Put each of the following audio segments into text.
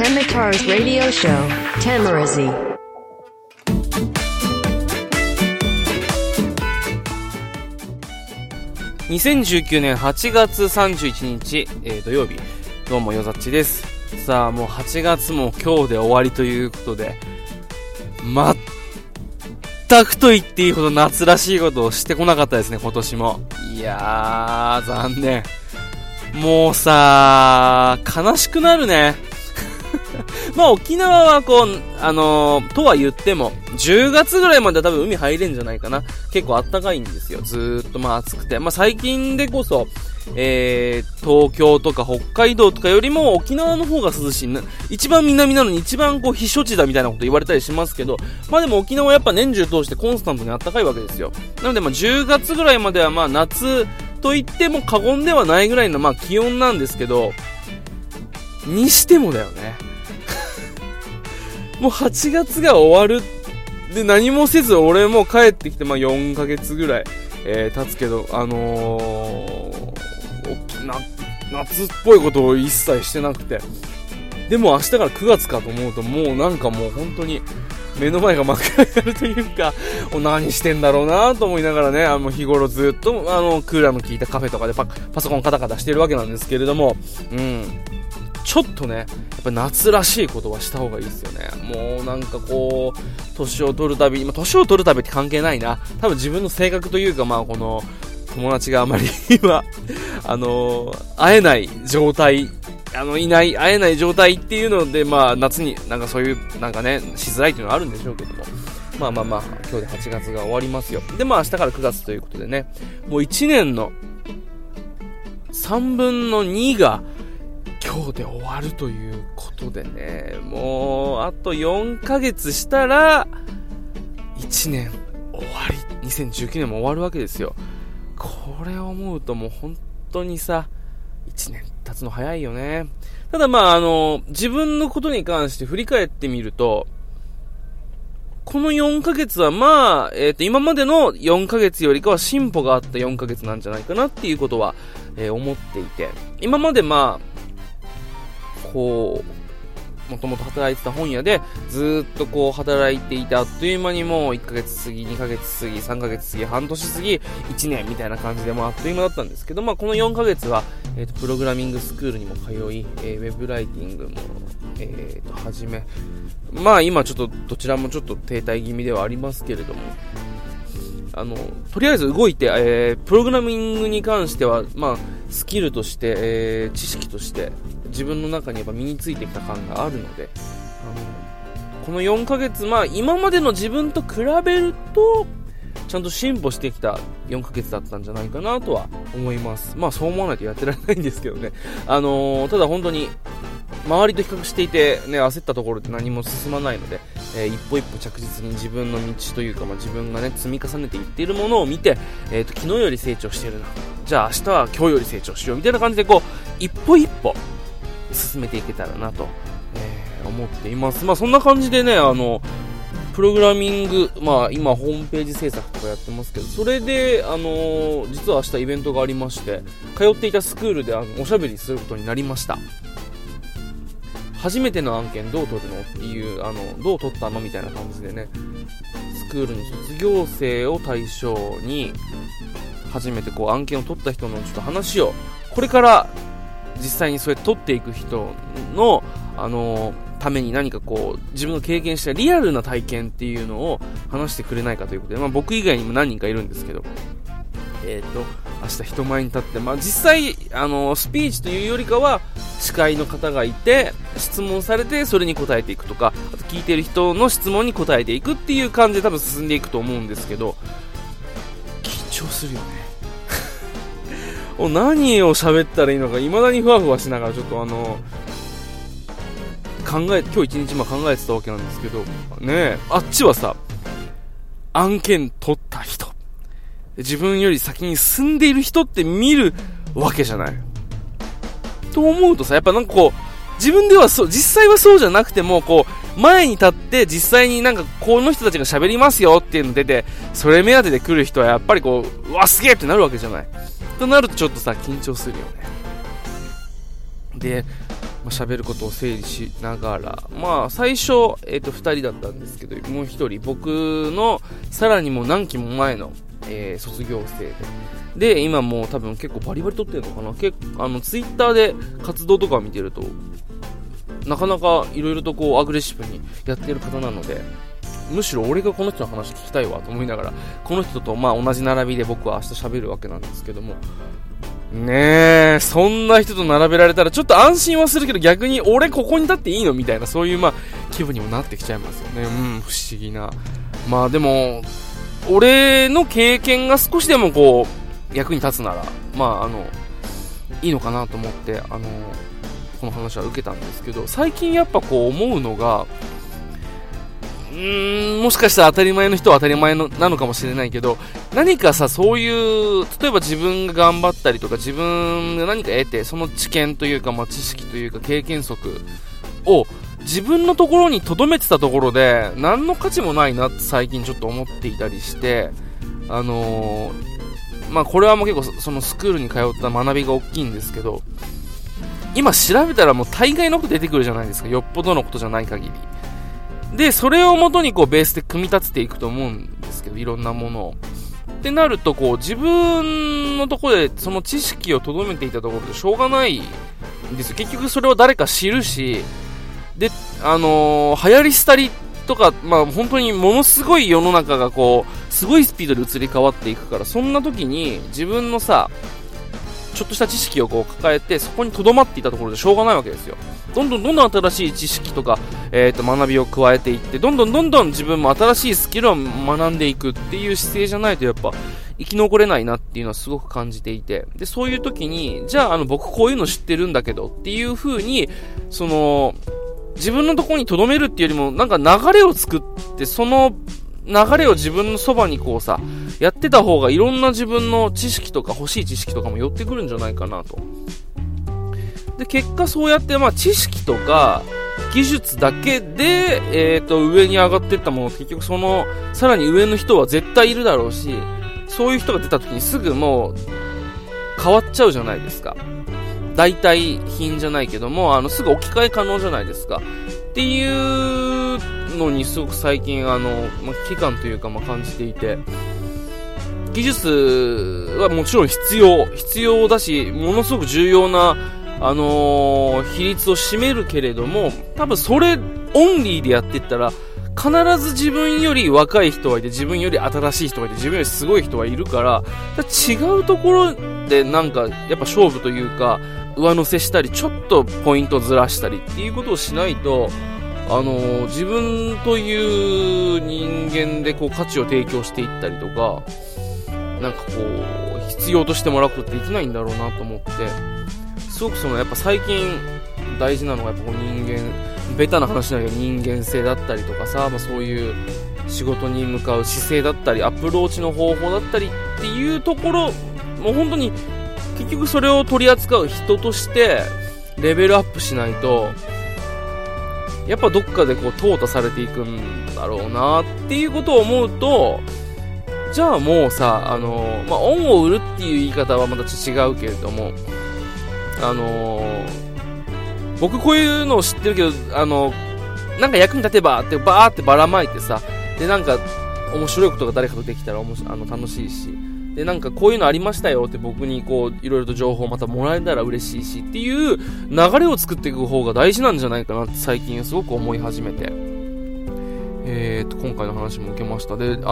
Temitar's radio show, Tamarazi. 2019年8月31日、土曜日、どうもよざっちです。さあもう8月も今日で終わりということで、全くと言っていいほど夏らしいことをしてこなかったですね、今年も。いやー残念。もうさ悲しくなるね。まあ沖縄はこうとは言っても10月ぐらいまでは多分海入れんじゃないかな。結構あったかいんですよ。ずーっと暑くて、最近でこそ東京とか北海道とかよりも沖縄の方が涼しいな。一番南なのに一番こう避暑地だみたいなこと言われたりしますけど、でも沖縄はやっぱ年中通してコンスタントに暖かいわけですよ。なので10月ぐらいまでは夏と言っても過言ではないぐらいの気温なんですけど、にしてもだよね。もう8月が終わるで何もせず俺も帰ってきて4ヶ月ぐらい、経つけど夏っぽいことを一切してなくて、でも明日から9月かと思うともう本当に目の前が真っ暗になるというか、何してんだろうなと思いながらね、日頃ずっとクーラーの効いたカフェとかでパソコンカタカタしてるわけなんですけれども、ちょっとねやっぱ夏らしいことはした方がいいですよね。もう年を取るたび、年を取るたびって関係ないな。多分自分の性格というかこの友達があまり今会えない状態、会えない状態っていうので夏にそういうしづらいっていうのはあるんでしょうけども、今日で8月が終わりますよ。で明日から9月ということでね、もう1年の3分の2が今日で終わるということでね、もうあと4ヶ月したら1年終わり、2019年も終わるわけですよ。これを思うともう本当にさ1年経つの早いよね。ただ自分のことに関して振り返ってみると、この4ヶ月は今までの4ヶ月よりかは進歩があった4ヶ月なんじゃないかなっていうことは、思っていて、今までもともと働いてた本屋でずっと働いていて、あっという間にもう1ヶ月過ぎ、2ヶ月過ぎ、3ヶ月過ぎ、半年過ぎ、1年みたいな感じであっという間だったんですけど、この4ヶ月は、プログラミングスクールにも通い、ウェブライティングも、始め、今ちょっとどちらもちょっと停滞気味ではありますけれども、とりあえず動いて、プログラミングに関してはスキルとして、知識として自分の中にやっぱ身についてきた感があるので、この4ヶ月今までの自分と比べるとちゃんと進歩してきた4ヶ月だったんじゃないかなとは思います。そう思わないとやってられないんですけどね。ただ本当に周りと比較していてね、焦ったところで何も進まないので、一歩一歩着実に自分の道というか、自分がね積み重ねていっているものを見て、昨日より成長しているな、じゃあ明日は今日より成長しようみたいな感じで一歩一歩進めていけたらなと、思っています。そんな感じでね、プログラミング、今ホームページ制作とかやってますけど、それで実は明日イベントがありまして、通っていたスクールでおしゃべりすることになりました。初めての案件どう取るのっていう、どう取ったのみたいな感じでね、スクールに卒業生を対象に初めて案件を取った人のちょっと話を、これから実際にそうやって取っていく人のために何か自分の経験したリアルな体験っていうのを話してくれないかということで、僕以外にも何人かいるんですけど、明日人前に立って、実際スピーチというよりかは司会の方がいて質問されてそれに答えていくとか、あと聞いてる人の質問に答えていくっていう感じで多分進んでいくと思うんですけど、緊張するよね。何を喋ったらいいのか未だにふわふわしながらちょっと今日一日考えてたわけなんですけどね。あっちはさ案件取った人、自分より先に進んでいる人って見るわけじゃないと思うとさ、やっぱ自分では実際はそうじゃなくても前に立って実際にこの人たちが喋りますよっていうの出て、それ目当てで来る人はやっぱりうわすげえってなるわけじゃないとなるとちょっとさ緊張するよね。で喋ることを整理しながら、最初、2人だったんですけど、もう1人、僕のさらにも何期も前の、卒業生で、今もう多分結構バリバリ撮ってるのかな。ツイッターで活動とかを見てると、なかなかいろいろとアグレッシブにやってる方なので、むしろ俺がこの人の話聞きたいわと思いながら、この人と同じ並びで僕は明日喋るわけなんですけども、ねえ、そんな人と並べられたらちょっと安心はするけど、逆に俺ここに立っていいのみたいな、そういう気分にもなってきちゃいますよね。不思議な。でも俺の経験が少しでも役に立つならいいのかなと思ってこの話は受けたんですけど、最近やっぱ思うのが、もしかしたら当たり前の人は当たり前なのかもしれないけど、何かさ、そういう例えば自分が頑張ったりとか、自分が何か得て、その知見というか、知識というか経験則を自分のところに留めてたところで何の価値もないなって最近ちょっと思っていたりして、これはもう結構そのスクールに通った学びが大きいんですけど、今調べたらもう大概のこと出てくるじゃないですか、よっぽどのことじゃない限りで、それをもとにベースで組み立てていくと思うんですけど、いろんなものをってなると、自分のところでその知識を留めていたところでしょうがないんですよ。結局それを誰か知るし、で、流行り廃りとか、本当にものすごい世の中がすごいスピードで移り変わっていくから、そんな時に自分のさ、ちょっとした知識を抱えてそこに留まっていたところでしょうがないわけですよ。どんどん新しい知識とか、学びを加えていって、どんどん自分も新しいスキルを学んでいくっていう姿勢じゃないとやっぱ生き残れないなっていうのはすごく感じていて、でそういう時にじゃあ僕こういうの知ってるんだけどっていう風に自分のところに留めるっていうよりも、なんか流れを作って、その流れを自分のそばにやってた方が、いろんな自分の知識とか欲しい知識とかも寄ってくるんじゃないかなと。で結果そうやって知識とか技術だけで、上に上がっていったもの、結局そのさらに上の人は絶対いるだろうし、そういう人が出た時にすぐもう変わっちゃうじゃないですか。代替品じゃないけども、すぐ置き換え可能じゃないですかっていうのにすごく最近危機感というか感じていて、技術はもちろん必要だし、ものすごく重要な比率を占めるけれども、多分それオンリーでやっていったら必ず自分より若い人はいて、自分より新しい人がいて、自分よりすごい人はいるから、違うところでなんかやっぱ勝負というか上乗せしたり、ちょっとポイントをずらしたりっていうことをしないと、自分という人間で価値を提供していったりとか、なんか必要としてもらうことってできないんだろうなと思って、すごくやっぱ最近大事なのがやっぱ人間、ベタな話なんだけど人間性だったりとかさ、そういう仕事に向かう姿勢だったり、アプローチの方法だったりっていうところ、もう本当に結局それを取り扱う人としてレベルアップしないと、やっぱどっかで淘汰されていくんだろうなっていうことを思うと、じゃあもうさ、恩を売るっていう言い方はまたちょっと違うけれども、僕こういうのを知ってるけど、なんか役に立てばってバーってばらまいてさ、でなんか面白いことが誰かとできたら楽しいし、でなんかこういうのありましたよって僕にいろいろと情報またもらえたら嬉しいしっていう流れを作っていく方が大事なんじゃないかなって最近すごく思い始めて、今回の話も受けました。で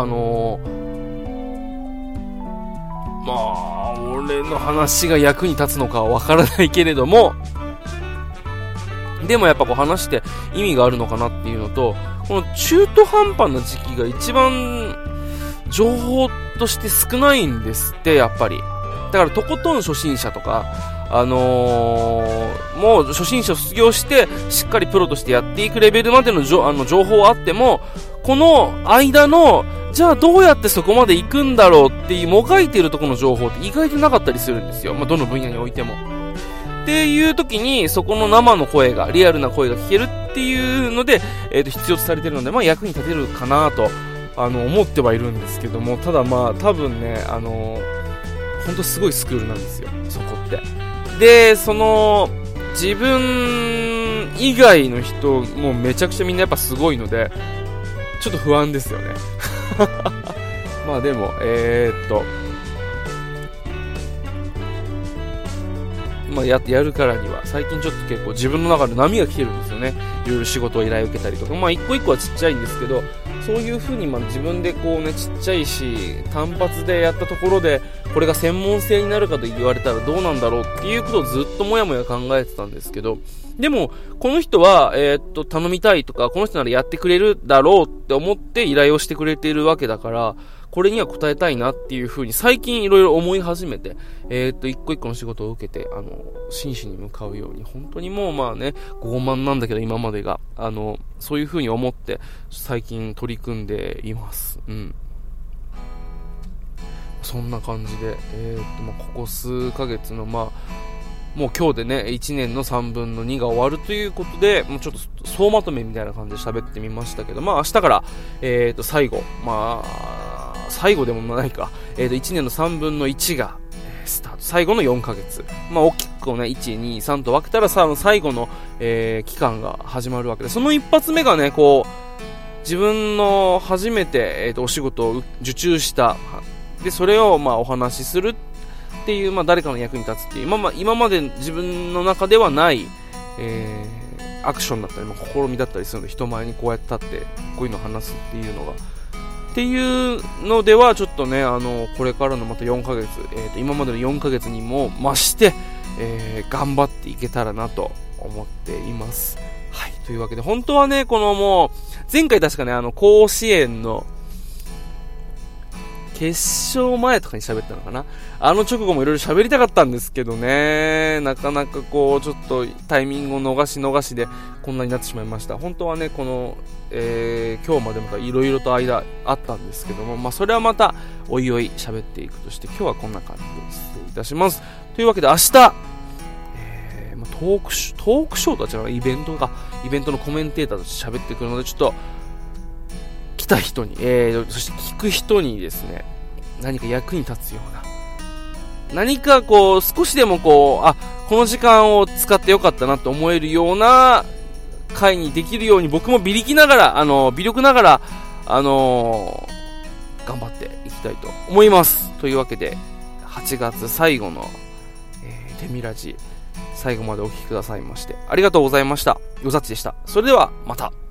俺の話が役に立つのかはわからないけれども、でもやっぱ話して意味があるのかなっていうのと、この中途半端な時期が一番情報として少ないんですって、やっぱり。だからとことん初心者とか、もう初心者卒業してしっかりプロとしてやっていくレベルまでの情報はあっても、この間のじゃあどうやってそこまで行くんだろうっていうもがいているところの情報って意外となかったりするんですよ。どの分野においても。っていう時にそこの生の声が、リアルな声が聞けるっていうので、必要とされているので、役に立てるかなと思ってはいるんですけども、ただ多分ね、本当すごいスクールなんですよ、そこって。で自分以外の人もめちゃくちゃみんなやっぱすごいので、ちょっと不安ですよね。まあでも、まあやるからには、最近ちょっと結構自分の中で波が来てるんですよね。いろいろ仕事を依頼を受けたりとか、まあ一個一個はちっちゃいんですけど、そういう風にまあ自分でこうね、ちっちゃいし、単発でやったところで、これが専門性になるかと言われたらどうなんだろうっていうことをずっともやもや考えてたんですけど、でも、この人は、頼みたいとか、この人ならやってくれるだろうって思って依頼をしてくれているわけだから、これには応えたいなっていう風に最近いろいろ思い始めて、一個一個の仕事を受けて、真摯に向かうように、本当にもうまあね、傲慢なんだけど今までが、そういう風に思って、最近取り組んでいます。うん。そんな感じで、まあ、ここ数ヶ月の、まあ、もう今日でね、1年の3分の2が終わるということで、もうちょっと総まとめみたいな感じで喋ってみましたけど、まあ明日から、最後、まあ、最後でもないか、1年の3分の1が、スタート。最後の4ヶ月。まあ大きくね、1、2、3と分けたら最後の、期間が始まるわけで、その一発目がね、こう、自分の初めて、お仕事を受注した、で、それをまあお話しするっていう、まあ誰かの役に立つっていう、今まで自分の中ではない、アクションだったり、試みだったりするので、人前にこうやって立って、こういうのを話すっていうのが、っていうのではちょっとね、これからのまた4ヶ月、今までの4ヶ月にも増して、頑張っていけたらなと思っています。はい。というわけで、本当はね、このもう、前回確かね、甲子園の、決勝前とかに喋ったのかな、直後もいろいろ喋りたかったんですけどね、なかなかこうちょっとタイミングを逃しでこんなになってしまいました。本当はね、この、今日までもいろいろと間あったんですけども、まあそれはまたおいおい喋っていくとして、今日はこんな感じで失礼いたします。というわけで明日、トークショーとは違う、イベントのコメンテーターとして喋ってくるので、ちょっと来た人に、そして聞く人にですね、何か役に立つような、何かこう少しでもこう、この時間を使ってよかったなと思えるような回にできるように、僕も微力ながら頑張っていきたいと思います。というわけで8月最後の、テミラジ、最後までお聞きくださいましてありがとうございました。よざっちでした。それではまた。